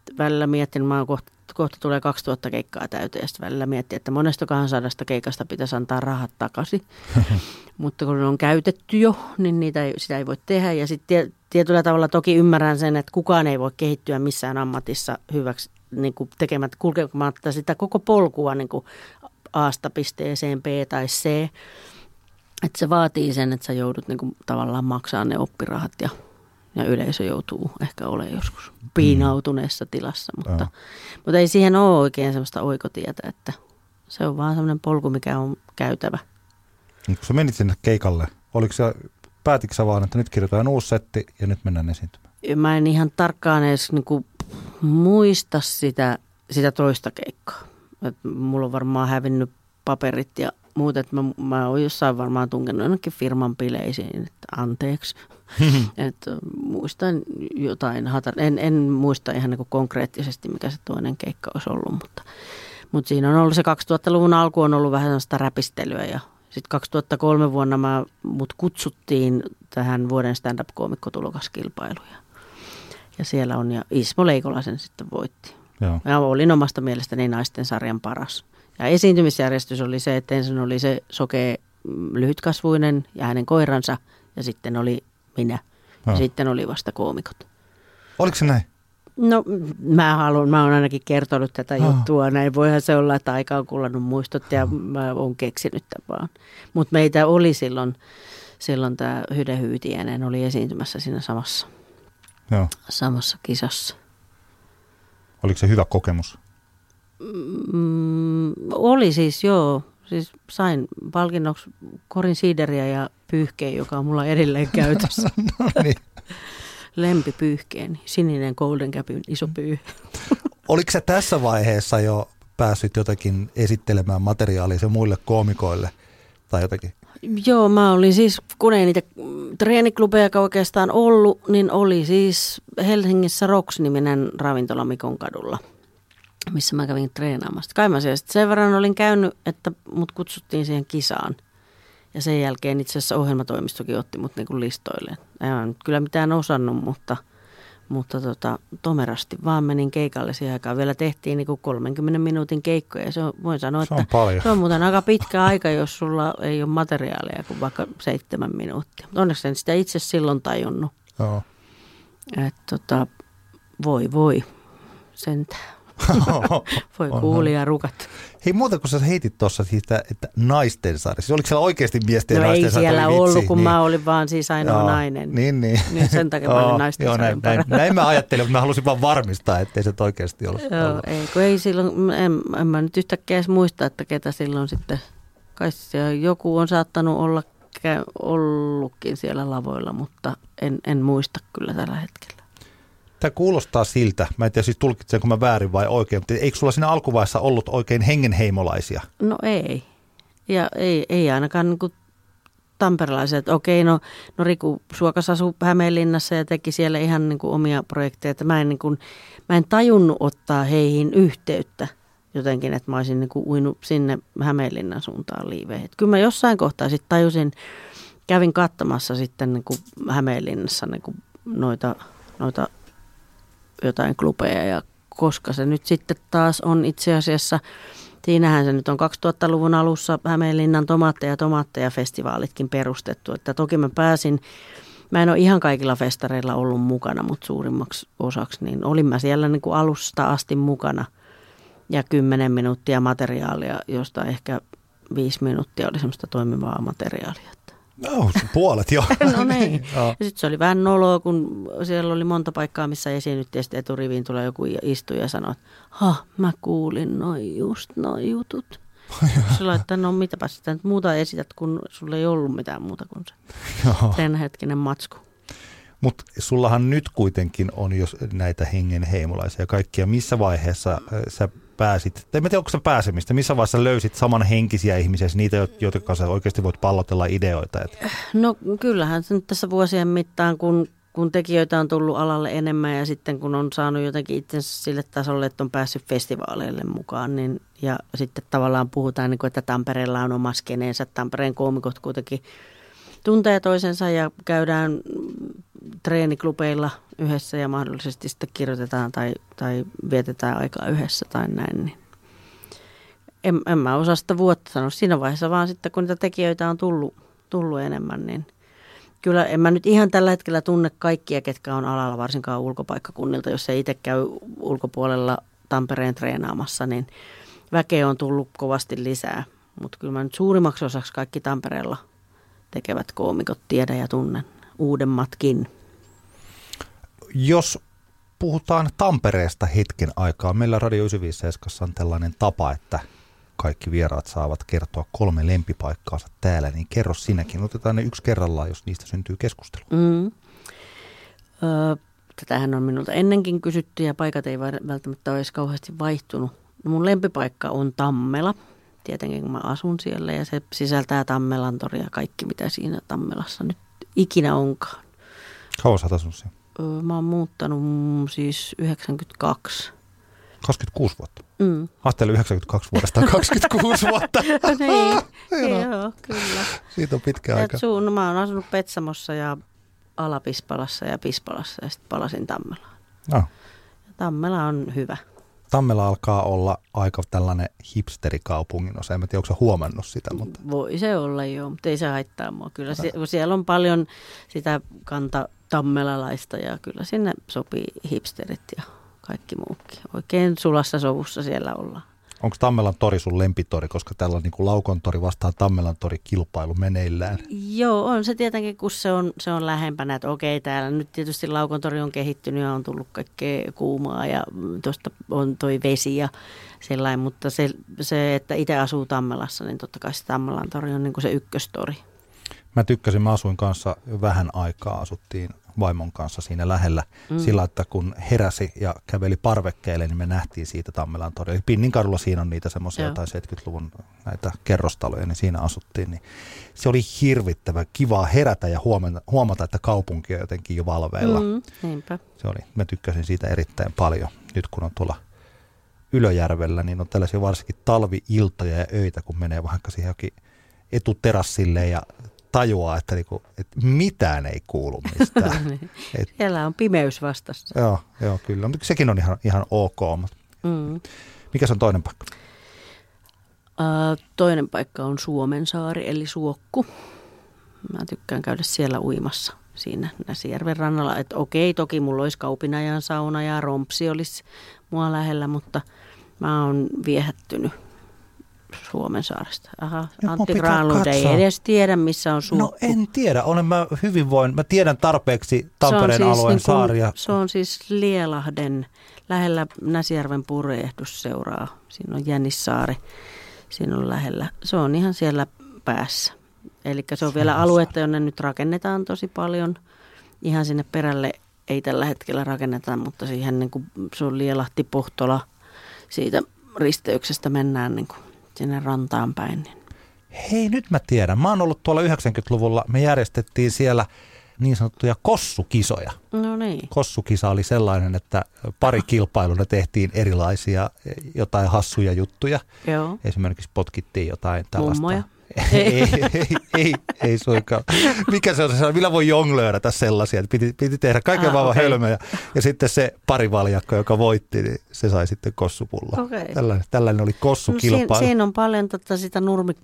välillä miettinyt, mä oon kohta, kohta tulee kaksituhatta keikkaa täyteen ja sitten välillä miettinyt, että monestokahan sadasta keikasta pitäisi antaa rahat takaisin. Mutta kun ne on käytetty jo, niin niitä ei, sitä ei voi tehdä. Ja sitten tietyllä tavalla toki ymmärrän sen, että kukaan ei voi kehittyä missään ammatissa hyväksi niin kuin tekemät, kulkematta sitä koko polkua niin kuin A:sta pisteeseen B tai C. Että se vaatii sen, että sä joudut niin kuin tavallaan maksamaan ne oppirahat ja, ja yleisö joutuu ehkä olemaan joskus piinautuneessa tilassa. Mutta, mutta ei siihen ole oikein sellaista oikotietä, että se on vaan sellainen polku, mikä on käytävä. Kun sä menit sinne keikalle, oliko se, päätitkö sä vaan, että nyt kirjoitetaan uusi setti ja nyt mennään esiintymään? Mä en ihan tarkkaan edes niin kuin muista sitä, sitä toista keikkaa. Et mulla on varmaan hävinnyt paperit ja muut, että mä, mä oon jossain varmaan tunkenut jonnekin firman bileisiin, että anteeksi. että muistan jotain, en, en muista ihan niin kuin konkreettisesti, mikä se toinen keikka olisi ollut, mutta, mutta siinä on ollut se kaksituhattaluvun alku on ollut vähän sellaista räpistelyä ja sitten kaksituhattakolme vuonna mä, mut kutsuttiin tähän vuoden stand-up-koomikkotulokaskilpailuun. Ja siellä on, ja Ismo Leikola sen sitten voitti. Joo. Ja olin omasta mielestäni naisten sarjan paras. Ja esiintymisjärjestys oli se, että ensin oli se sokea lyhytkasvuinen ja hänen koiransa, ja sitten oli minä. Ja Joo. sitten oli vasta koomikot. Oliko se näin? No mä haluan, mä oon ainakin kertonut tätä Oh. juttua, näin voihan se olla, että aika on kullannut muistot ja oh. mä oon keksinyt tämän vaan. Mutta meitä oli silloin, silloin tämä Hyde Hyytiäinen oli esiintymässä siinä samassa, Joo. samassa kisassa. Oliko se hyvä kokemus? Mm, oli siis joo, siis sain palkinnoksi korin siideriä ja pyyhkeen, joka on mulla edelleen käytössä. No niin. Lempipyyhkeeni, sininen Golden Capin iso pyyhe. Oliko se tässä vaiheessa jo päässyt jotenkin esittelemään materiaalia se muille koomikoille tai jotenkin? Joo, mä olin siis, kun ei niitä treeniklubeja oikeastaan ollut, niin oli siis Helsingissä Roks-niminen ravintola Mikon kadulla, missä mä kävin treenaamassa. Kai mä siellä sen verran olin käynyt, että mut kutsuttiin siihen kisaan. Ja sen jälkeen itse asiassa ohjelmatoimistokin otti mut niinku listoille. En nyt kyllä mitään osannut, mutta, mutta tota, tomerasti vaan menin keikalle siihen aikaan. Vielä tehtiin niinku kolmenkymmenen minuutin keikkoja. Se on, voin sanoa, se on että paljon. Se on muuten aika pitkä aika, jos sulla ei ole materiaalia kuin vaikka seitsemän minuuttia. Onneksi en sitä itse silloin tajunnut. Joo. Että tota, voi voi, sentään. Voi kuulia rukat. Hei, muuta kun sä heitit tuossa siitä, että naisten sarja. Siis oliko siellä oikeasti miesten ja no naisten sarja? No ei siellä vitsi, ollut, kun niin. mä olin vaan siis ainoa joo, nainen. Niin, niin. Niin sen takia mä olin naisten joo, sarjan näin, näin, paras. näin mä ajattelin, mutta mä halusin vaan varmistaa, ettei se oikeasti ollut. Joo, ollut. ei, kun ei silloin, en, en mä nyt yhtäkkiä edes muista, että ketä silloin sitten, kai siellä joku on saattanut olla ollutkin siellä lavoilla, mutta en, en muista kyllä tällä hetkellä. Tämä kuulostaa siltä, mä en tiedä siis tulkitsenko mä väärin vai oikein, mutta eikö sulla siinä alkuvaiheessa ollut oikein hengenheimolaisia? No ei. Ja ei, ei ainakaan niin kuin tamperelaiset. Okei, no, no Riku Suokas asui Hämeenlinnassa ja teki siellä ihan niin kuin omia projekteja. Että mä, en niin kuin, mä en tajunnut ottaa heihin yhteyttä jotenkin, että mä olisin niin kuin uinut sinne Hämeenlinnan suuntaan liiveihin. Kyllä mä jossain kohtaa sitten tajusin, kävin katsomassa sitten niin kuin Hämeenlinnassa niin kuin noita, noita jotain klubeja ja koska se nyt sitten taas on itse asiassa, siinähän se nyt on kaksituhattaluvun alussa Hämeenlinnan tomaatteja ja tomaatteja festivaalitkin perustettu, että toki mä pääsin, mä en ole ihan kaikilla festareilla ollut mukana, mutta suurimmaksi osaksi, niin olin mä siellä niin kuin alusta asti mukana ja kymmenen minuuttia materiaalia, josta ehkä viisi minuuttia oli semmoista toimivaa materiaalia. No, puolet jo. No niin. Ja sitten se oli vähän noloa, kun siellä oli monta paikkaa, missä esiinnyttiin ja sitten eturiviin tulee joku istuja ja sanoi, että ha, mä kuulin noin just noin jutut. Sillä että no mitäpä sitä nyt muuta esität, kun sulla ei ollut mitään muuta kuin se sen hetkinen matsku. Mutta sullahan nyt kuitenkin on jos näitä hengenheimolaisia ja kaikkia. Missä vaiheessa sä pääsit, tai en tiedä onko se pääsemistä, missä vaiheessa löysit samanhenkisiä ihmisiä, niitä, joiden kanssa oikeasti voit pallotella ideoita? Että... No kyllähän se nyt tässä vuosien mittaan, kun, kun tekijöitä on tullut alalle enemmän ja sitten kun on saanut jotenkin itsensä sille tasolle, että on päässyt festivaaleille mukaan, niin ja sitten tavallaan puhutaan, niin kuin, että Tampereella on oma skeneensä, Tampereen koomikot kuitenkin tuntee toisensa ja käydään treeniklubeilla yhdessä ja mahdollisesti sitten kirjoitetaan tai, tai vietetään aikaa yhdessä tai näin. Niin en, en mä osaa sitä vuotta sanoa siinä vaiheessa, vaan sitten kun niitä tekijöitä on tullut, tullut enemmän, niin kyllä en mä nyt ihan tällä hetkellä tunne kaikkia, ketkä on alalla, varsinkaan ulkopaikkakunnilta. Jos ei itse käy ulkopuolella Tampereen treenaamassa, niin väkeä on tullut kovasti lisää. Mutta kyllä mä nyt suurimmaksi osaksi kaikki Tampereella tekevät koomikot tiedän ja tunnen, uudemmatkin. Jos puhutaan Tampereesta hetken aikaa, meillä Radio yhdeksänsataaviisikymmentäseitsemän on tällainen tapa, että kaikki vieraat saavat kertoa kolme lempipaikkaansa täällä, niin kerro sinäkin. Otetaan ne yksi kerrallaan, jos niistä syntyy keskustelu. Mm. Öö, tätähän on minulta ennenkin kysytty ja paikat ei välttämättä ole edes kauheasti vaihtunut. Mun lempipaikka on Tammela, tietenkin kun mä asun siellä ja se sisältää Tammelan tori ja kaikki mitä siinä Tammelassa nyt ikinä onkaan. Kauan sä oot asunut siellä? Öö, mä oon muuttanut siis yhdeksänkymmentäkaksi. kaksikymmentäkuusi vuotta? Mm. Ajattelin yhdeksänkymmentäkaksi vuodesta kaksikymmentäkuusi vuotta. niin, joo, kyllä. Siitä on pitkä aika. Suun, no, mä oon asunut Petsamossa ja Ala-Pispalassa ja Pispalassa ja sitten palasin Tammelaan. No. Tammela on hyvä. Tammela alkaa olla aika tällainen hipsterikaupungin osa. En tiedä, onko sä huomannut sitä? Mutta... Voi se olla joo, mutta ei se haittaa mua. Kyllä se, kun siellä on paljon sitä kanta tammelalaista ja kyllä sinne sopii hipsterit ja kaikki muukin. Oikein sulassa sovussa siellä ollaan. Onko Tammelan tori sun lempitori, koska tällä on niin kuin Laukon tori vastaan Tammelan tori kilpailu meneillään? Joo, on se tietenkin, kun se on, se on lähempänä, että okei täällä nyt tietysti Laukon tori on kehittynyt ja on tullut kaikkea kuumaa ja tuosta on toi vesi ja sellainen, mutta se, se että itse asuu Tammelassa, niin totta kai se Tammelan tori on niin kuin se ykköstori. Mä tykkäsin, mä asuin kanssa vähän aikaa, asuttiin vaimon kanssa siinä lähellä mm. sillä, että kun heräsi ja käveli parvekkeelle, niin me nähtiin siitä Tammelan tori. Eli Pinninkadulla siinä on niitä semmoisia tai seitsemänkymmentäluvun näitä kerrostaloja, niin siinä asuttiin. Niin se oli hirvittävän kivaa herätä ja huomata, huomata, että kaupunki on jotenkin jo valveilla. Mm, niinpä. Se oli, mä tykkäsin siitä erittäin paljon. Nyt kun on tuolla Ylöjärvellä, niin on tällaisia varsinkin talvi-iltoja ja öitä, kun menee vaikka siihen jokin etuterassille ja tajuaa, että, niinku, että mitään ei kuulu mistään. Et, siellä on pimeys vastassa. Joo, joo kyllä. Mutta sekin on ihan, ihan ok. Mm. Mikä se on toinen paikka? Uh, toinen paikka on Suomensaari, eli Suokku. Mä tykkään käydä siellä uimassa siinä Näsijärven rannalla. Että okei, toki mulla olisi Kaupinajan sauna ja Rompsi olisi mua lähellä, mutta mä oon viehättynyt Suomensaaresta. Aha, Antti Granlund ei edes tiedä, missä on Suokku. No en tiedä, olen mä hyvin voin. Mä tiedän tarpeeksi Tampereen siis alueen niin saaria. Se on siis Lielahden, lähellä Näsijärven purjehdusseuraa. Siinä on Jänissaari, siinä on lähellä. Se on ihan siellä päässä. Eli se on vielä aluetta, jonne nyt rakennetaan tosi paljon. Ihan sinne perälle ei tällä hetkellä rakenneta, mutta siihen niin kuin se on Lielahti-Pohtola. Siitä risteyksestä mennään niin kuin sinne rantaan päin. Hei, nyt mä tiedän. Mä oon ollut tuolla yhdeksänkymmentäluvulla. Me järjestettiin siellä niin sanottuja kossukisoja. No niin. Kossukisa oli sellainen, että pari kilpailuna tehtiin erilaisia jotain hassuja juttuja. Joo. Esimerkiksi potkittiin jotain tällaista. Mummoja. ei, ei, ei, ei, ei suinkaan. Mikä se on se, millä voi jonglöörätä sellaisia, että piti, piti tehdä kaiken ah, vaan okay. hölmöjä. Ja sitten se parivaljakko, joka voitti, niin se sai sitten kossupulla. Okay. Tällainen, tällainen oli kossukilpailu. No, siinä, siinä on paljon totta sitä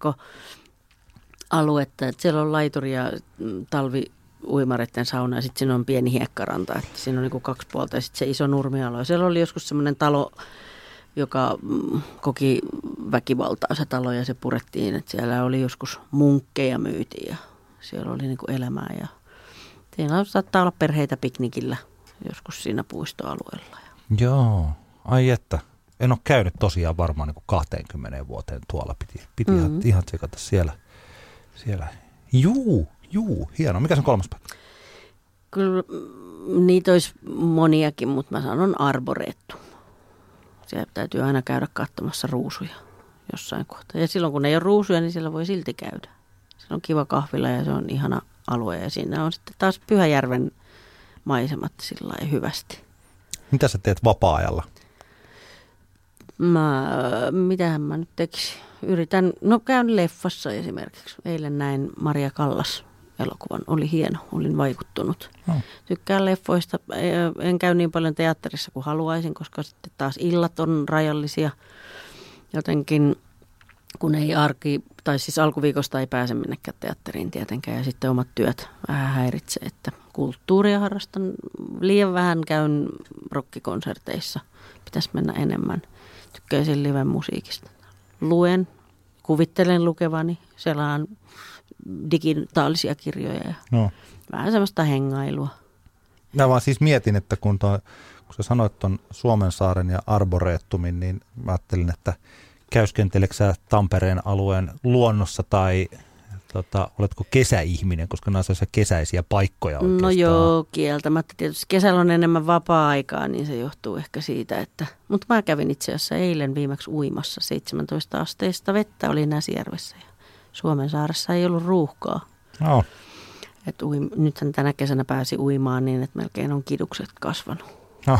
nurmikkoaluetta, että siellä on laituri ja talviuimareiden sauna ja sitten siinä on pieni hiekkaranta, että siinä on niin kuin kaksi puolta ja sitten se iso nurmialue. Siellä oli joskus semmoinen talo, joka koki väkivaltaa se talo ja se purettiin, että siellä oli joskus munkkeja myytiin ja siellä oli niinku elämää ja siinä saattaa olla perheitä piknikillä joskus siinä puistoalueella. Joo, ai että. En ole käynyt tosiaan varmaan niin kuin kaksikymmentä vuoteen tuolla, piti, piti mm-hmm. ihan, ihan tsekata siellä. siellä. Juu, juu, hienoa. Mikä se on kolmas paikka? Kyllä niitä olisi moniakin, mutta mä sanon Arboretum. Siellä täytyy aina käydä katsomassa ruusuja jossain kohtaa. Ja silloin kun ei ole ruusuja, niin siellä voi silti käydä. Se on kiva kahvila ja se on ihana alue. Ja siinä on sitten taas Pyhäjärven maisemat sillä lailla hyvästi. Mitä sä teet vapaa-ajalla? Mä, mitähän mä nyt tekisin? Yritän, no käyn leffassa esimerkiksi. Eilen näin Maria Callas elokuvan. Oli hieno, olin vaikuttunut. No. Tykkään leffoista. En käy niin paljon teatterissa kuin haluaisin, koska sitten taas illat on rajallisia. Jotenkin kun ei arki, tai siis alkuviikosta ei pääse minnekään teatteriin tietenkään, ja sitten omat työt vähän häiritsee, että kulttuuria harrastan. Liian vähän käyn rockikonserteissa. Pitäisi mennä enemmän. Tykkäisin liven musiikista. Luen, kuvittelen lukevani, selaan digitaalisia kirjoja ja no. vähän semmoista hengailua. Mä vaan siis mietin, että kun, toi, kun sä sanoit ton Suomensaaren ja Arboretumin, niin mä ajattelin, että käyskenteleekö sä Tampereen alueen luonnossa tai tota, oletko kesäihminen, koska nämä on sellaisia kesäisiä paikkoja oikeastaan. No joo, kieltämättä. Tietysti kesällä on enemmän vapaa-aikaa, niin se johtuu ehkä siitä, että... Mutta mä kävin itse asiassa eilen viimeksi uimassa. seitsemäntoista asteista vettä oli Näsijärvessä ja Suomensaaressa ei ollut ruuhkaa. No. Et uim... Nythän tänä kesänä pääsi uimaan niin, että melkein on kidukset kasvanut. No.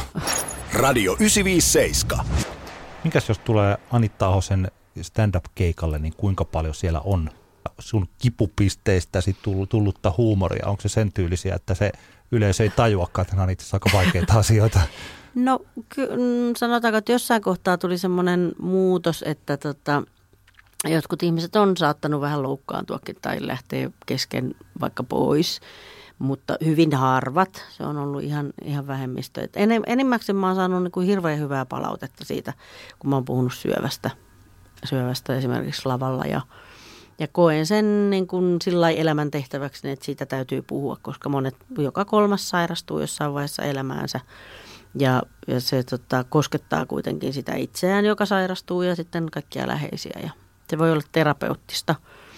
Radio yhdeksänsataaviisikymmentäseitsemän. Mikäs jos tulee Anitta Ahosen stand-up-keikalle, niin kuinka paljon siellä on sun kipupisteistä tullutta huumoria? Onko se sen tyylisiä, että se yleisö ei tajuakaan, että nämä on itse asiassa aika vaikeita asioita? No ky- sanotaanko, että jossain kohtaa tuli semmoinen muutos, että tota, jotkut ihmiset on saattanut vähän loukkaantuakin tai lähteä kesken vaikka pois, mutta hyvin harvat. Se on ollut ihan, ihan vähemmistö. Et enem, enimmäkseen mä oon saanut niin kuin hirveän hyvää palautetta siitä, kun mä oon puhunut syövästä, syövästä esimerkiksi lavalla ja Ja koen sen niin kuin sillai elämäntehtäväksi, että siitä täytyy puhua, koska monet, joka kolmas sairastuu jossain vaiheessa elämäänsä. Ja, ja se tota, koskettaa kuitenkin sitä itseään, joka sairastuu ja sitten kaikkia läheisiä. Ja se voi olla terapeuttista.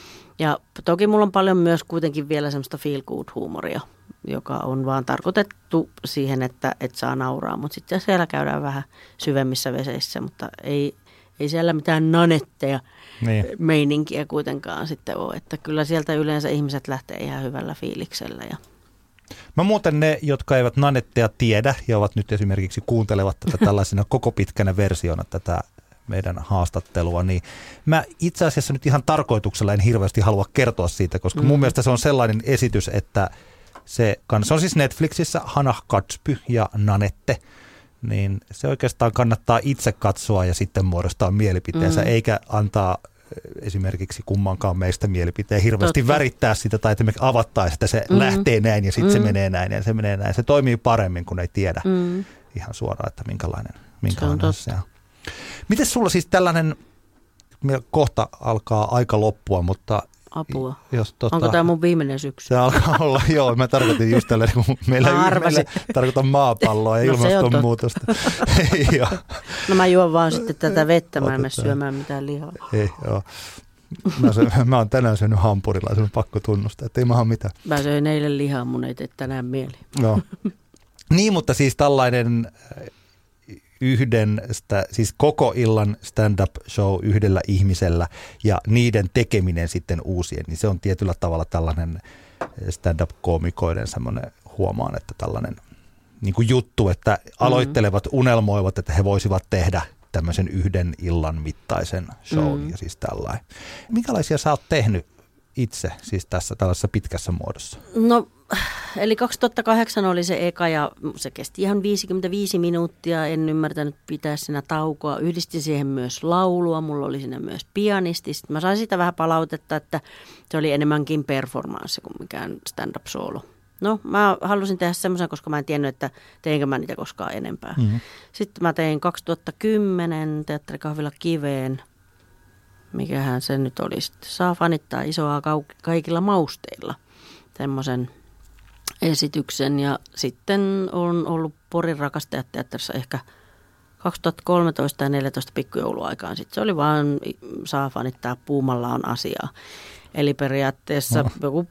Ja toki mulla on paljon myös kuitenkin vielä semmoista feel good huumoria, joka on vaan tarkoitettu siihen, että et saa nauraa. Mutta sitten siellä käydään vähän syvemmissä veseissä, mutta ei... Ei siellä mitään nanetteja niin. meininkiä kuitenkaan sitten ole, että kyllä sieltä yleensä ihmiset lähtee ihan hyvällä fiiliksellä. Ja. Mä muuten ne, jotka eivät nanetteja tiedä ja ovat nyt esimerkiksi kuuntelevat tätä tällaisena koko pitkänä versiona tätä meidän haastattelua, niin mä itse asiassa nyt ihan tarkoituksella en hirveästi halua kertoa siitä, koska mm-hmm. mun mielestä se on sellainen esitys, että se, se on siis Netflixissä Hannah Gadsby ja Nanette, niin se oikeastaan kannattaa itse katsoa ja sitten muodostaa mielipiteensä, mm. eikä antaa esimerkiksi kummankaan meistä mielipiteen hirveästi Totta. värittää sitä, tai että me avattaisiin, että se mm. lähtee näin ja sitten mm. se menee näin ja se menee näin. Se toimii paremmin, kun ei tiedä mm. ihan suoraan, että minkälainen, minkälainen se on. Miten sulla siis tällainen, kohta alkaa aika loppua, mutta... Apua. Jos, tota, Onko tämä mun viimeinen syksy? Se alkaa olla, joo. Mä tarkoitin just tällä, kun meillä, meillä tarkoitan maapalloa ja no ilmastonmuutosta. No mä juon vaan sitten tätä vettä, mä en mene syömään mitään lihaa. Ei, joo. Mä, söin, mä oon tänään syönyt hampurilla, se on pakko tunnustaa, että ei maha mitään. Mä söin eilen lihaa, mun ei tee tänään mieli. Joo. Niin, mutta siis tällainen... yhden, siis koko illan stand-up show yhdellä ihmisellä ja niiden tekeminen sitten uusien, niin se on tietyllä tavalla tällainen stand-up-koomikoiden semmoinen, huomaan, että tällainen niin kuin juttu, että aloittelevat, unelmoivat, että he voisivat tehdä tämmöisen yhden illan mittaisen shown mm. ja siis tällainen. Minkälaisia sä oot tehnyt itse siis tässä tällaisessa pitkässä muodossa? No, eli kaksituhattakahdeksan oli se eka ja se kesti ihan viisikymmentäviisi minuuttia. En ymmärtänyt pitää siinä taukoa. Yhdistin siihen myös laulua. Mulla oli siinä myös pianisti. Sitten mä sain sitä vähän palautetta, että se oli enemmänkin performance kuin mikään stand-up-soolo. No, mä halusin tehdä semmoisen, koska mä en tiennyt, että teinkö mä niitä koskaan enempää. Mm-hmm. Sitten mä tein kaksituhattakymmenen Teatterikahvila Kiveen. Mikähän se nyt oli sitten. Saa fanittaa isoa kau- kaikilla mausteilla. Semmoisen esityksen ja sitten on ollut Porin Rakastajateatterissa ehkä kaksituhattakolmetoista ja neljätoista pikkujouluaikaan. Sitten se oli vaan saa fanittaa Puumalla on asiaa. Eli periaatteessa no. joku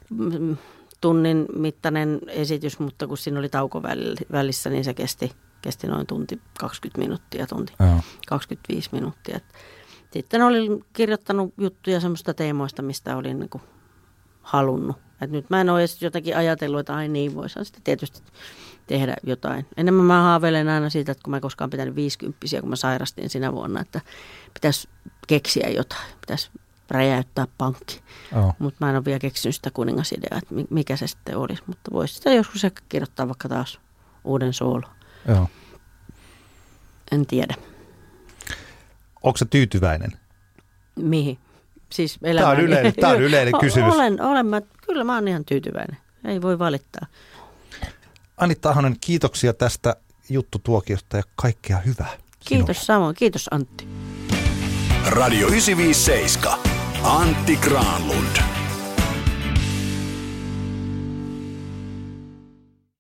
tunnin mittainen esitys, mutta kun siinä oli tauko välissä, niin se kesti, kesti noin tunti kaksikymmentä minuuttia, tunti no. kaksikymmentäviisi minuuttia. Sitten olin kirjoittanut juttuja semmoista teemoista, mistä olin niin kuin halunnut. Et nyt mä en ole edes jotenkin ajatellut, että ai niin, voisihan sitten tietysti tehdä jotain. Enemmän mä haaveilen aina siitä, että kun mä en koskaan pitänyt viisikymppisiä, kun mä sairastin sinä vuonna, että pitäisi keksiä jotain. Pitäisi räjäyttää pankki. Oh. Mutta mä en ole vielä keksinyt sitä kuningasideaa, että mikä se sitten olisi. Mutta voisi sitä joskus ehkä kirjoittaa vaikka taas uuden soolo. Joo. En tiedä. Onko se tyytyväinen? Mihin? Siis tämä on yleinen, tämä on yleinen kysymys. Olen, olen mä, kyllä mä oon ihan tyytyväinen. Ei voi valittaa. Anitta Ahonen, kiitoksia tästä juttutuokiosta ja kaikkea hyvää. Kiitos sinulle. samoin. Kiitos Antti. Radio yhdeksänsataaviisikymmentäseitsemän. Antti Granlund.